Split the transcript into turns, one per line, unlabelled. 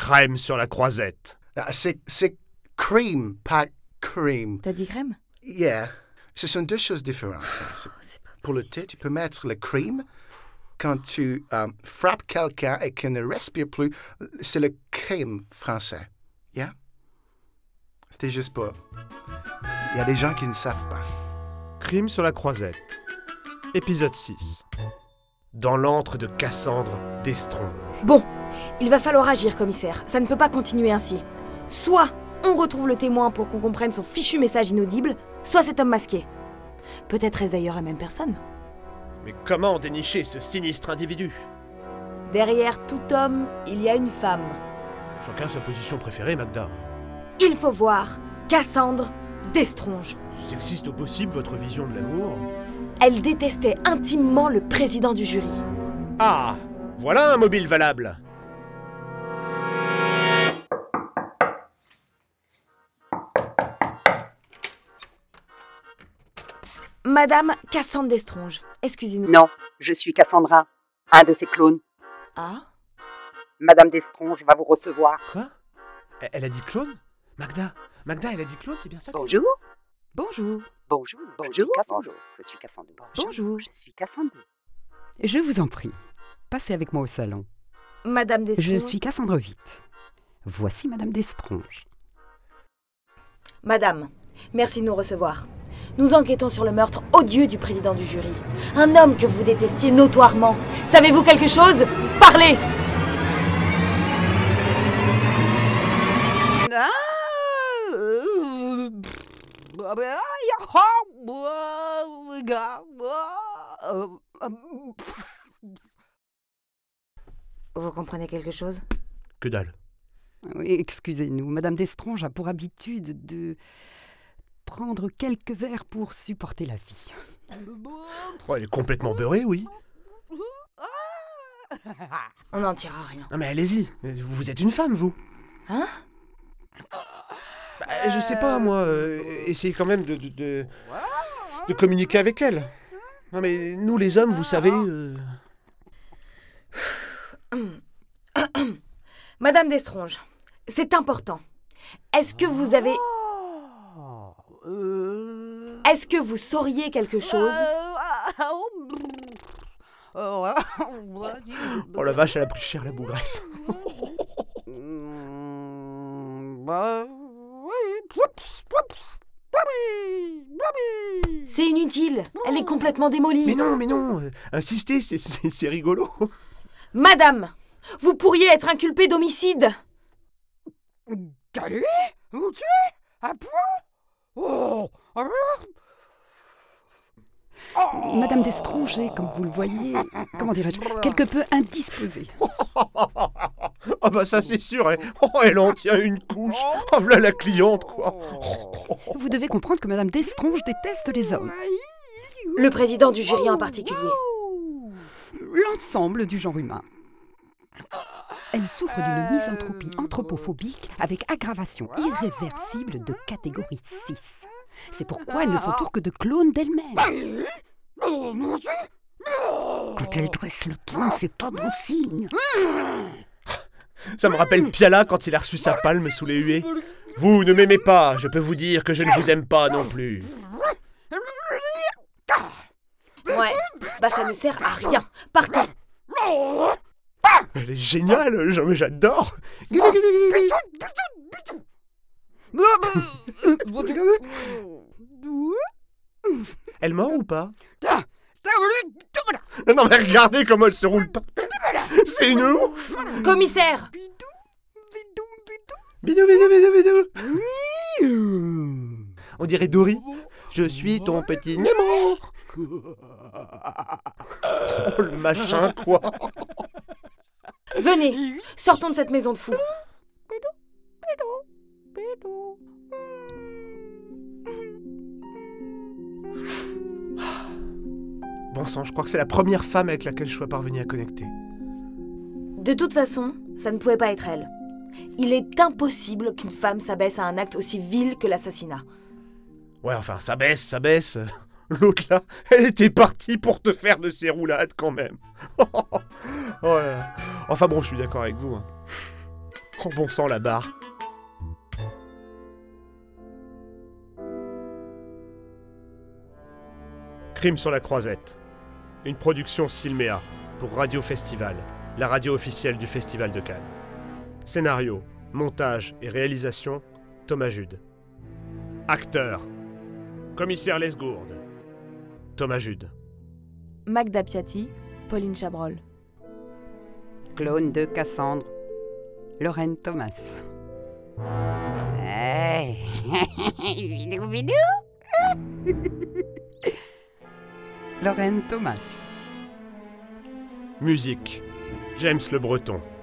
Crème sur la croisette.
C'est cream, pas cream.
T'as dit crème?
Yeah. Ce sont deux choses différentes. Pour le thé, tu peux mettre le cream. Quand tu frappes quelqu'un et qu'il ne respire plus, c'est le crème français. Yeah? C'était juste pour... Il y a des gens qui ne savent pas.
Crime sur la croisette. Épisode 6. Dans l'antre de Cassandre Destronge.
Bon, il va falloir agir, commissaire. Ça ne peut pas continuer ainsi. Soit on retrouve le témoin pour qu'on comprenne son fichu message inaudible, soit cet homme masqué. Peut-être est-ce d'ailleurs la même personne.
Mais comment dénicher ce sinistre individu?
Derrière tout homme, il y a une femme.
Chacun sa position préférée, Magda.
Il faut voir Cassandre Destronge.
Sexiste au possible votre vision de l'amour?
Elle détestait intimement le président du jury.
Ah, voilà un mobile valable.
Madame Cassandre Destronge, excusez-nous.
Non, je suis Cassandra, un de ces clones.
Ah?
Madame Destronge va vous recevoir.
Quoi? Elle a dit clone? Magda, elle a dit clone, c'est bien ça?
Bonjour.
Bonjour.
Bonjour.
Bonjour.
Je suis Cassandre.
Bonjour.
Je suis Cassandre.
Je vous en prie, passez avec moi au salon.
Madame Destronge.
Je suis Cassandre Vite. Voici Madame Destronge.
Madame, merci de nous recevoir. Nous enquêtons sur le meurtre odieux du président du jury. Un homme que vous détestiez notoirement. Savez-vous quelque chose? Parlez! Vous comprenez quelque chose?
Que dalle.
Oui, excusez-nous, Madame Destronge a pour habitude de prendre quelques verres pour supporter la vie.
Oh, elle est complètement beurrée, oui.
On n'en tirera rien.
Non mais allez-y, vous êtes une femme, vous.
Hein?
Bah, je sais pas, moi. Essayez quand même de communiquer avec elle. Non mais nous, les hommes, vous savez...
Madame Destronge, c'est important. Est-ce que vous avez... Est-ce que vous sauriez quelque chose?
Oh la vache, elle a pris cher la bougresse.
C'est inutile. Elle est complètement démolie.
Mais non. Insister, c'est rigolo.
Madame, vous pourriez être inculpée d'homicide.
Allez, vous tuez? À point? Madame Destronge est, comme vous le voyez, comment dirais-je, quelque peu indisposée.
Ah bah ça c'est sûr, hein. Oh, elle en tient une couche. Oh voilà la cliente, quoi.
Vous devez comprendre que Madame Destronge déteste les hommes.
Le président du jury en particulier.
L'ensemble du genre humain. Elle souffre d'une misanthropie anthropophobique avec aggravation irréversible de catégorie 6. C'est pourquoi elle ne s'entoure que de clones d'elle-même. Quand elle dresse le poing, c'est pas bon signe.
Ça me rappelle Piala quand il a reçu sa palme sous les huées. Vous ne m'aimez pas, je peux vous dire que je ne vous aime pas non plus.
Ouais, bah ça ne sert à rien. Partons.
Elle est géniale, j'adore. Elle ment ou pas? Non mais regardez comment elle se roule par terre. C'est une ouf.
Commissaire!
Bidou. On dirait Dory. Je suis ton petit Nemo. Oh le machin quoi.
Venez, sortons de cette maison de fous.
Bon sang, je crois que c'est la première femme avec laquelle je sois parvenu à connecter.
De toute façon, ça ne pouvait pas être elle. Il est impossible qu'une femme s'abaisse à un acte aussi vil que l'assassinat.
Ouais, enfin, ça baisse. L'autre là, elle était partie pour te faire de ses roulades quand même. Ouais. Enfin bon, je suis d'accord avec vous. Hein. Oh bon sang, la barre. Crime sur la Croisette. Une production Silméa pour Radio Festival, la radio officielle du Festival de Cannes. Scénario, montage et réalisation, Thomas Jude. Acteurs. Commissaire Lesgourde, Thomas Jude.
Magda Piatti, Pauline Chabrol.
Clone de Cassandre, Lorraine Thomas. Hey. Bidou bidou. Lorraine Thomas.
Musique, James Le Breton.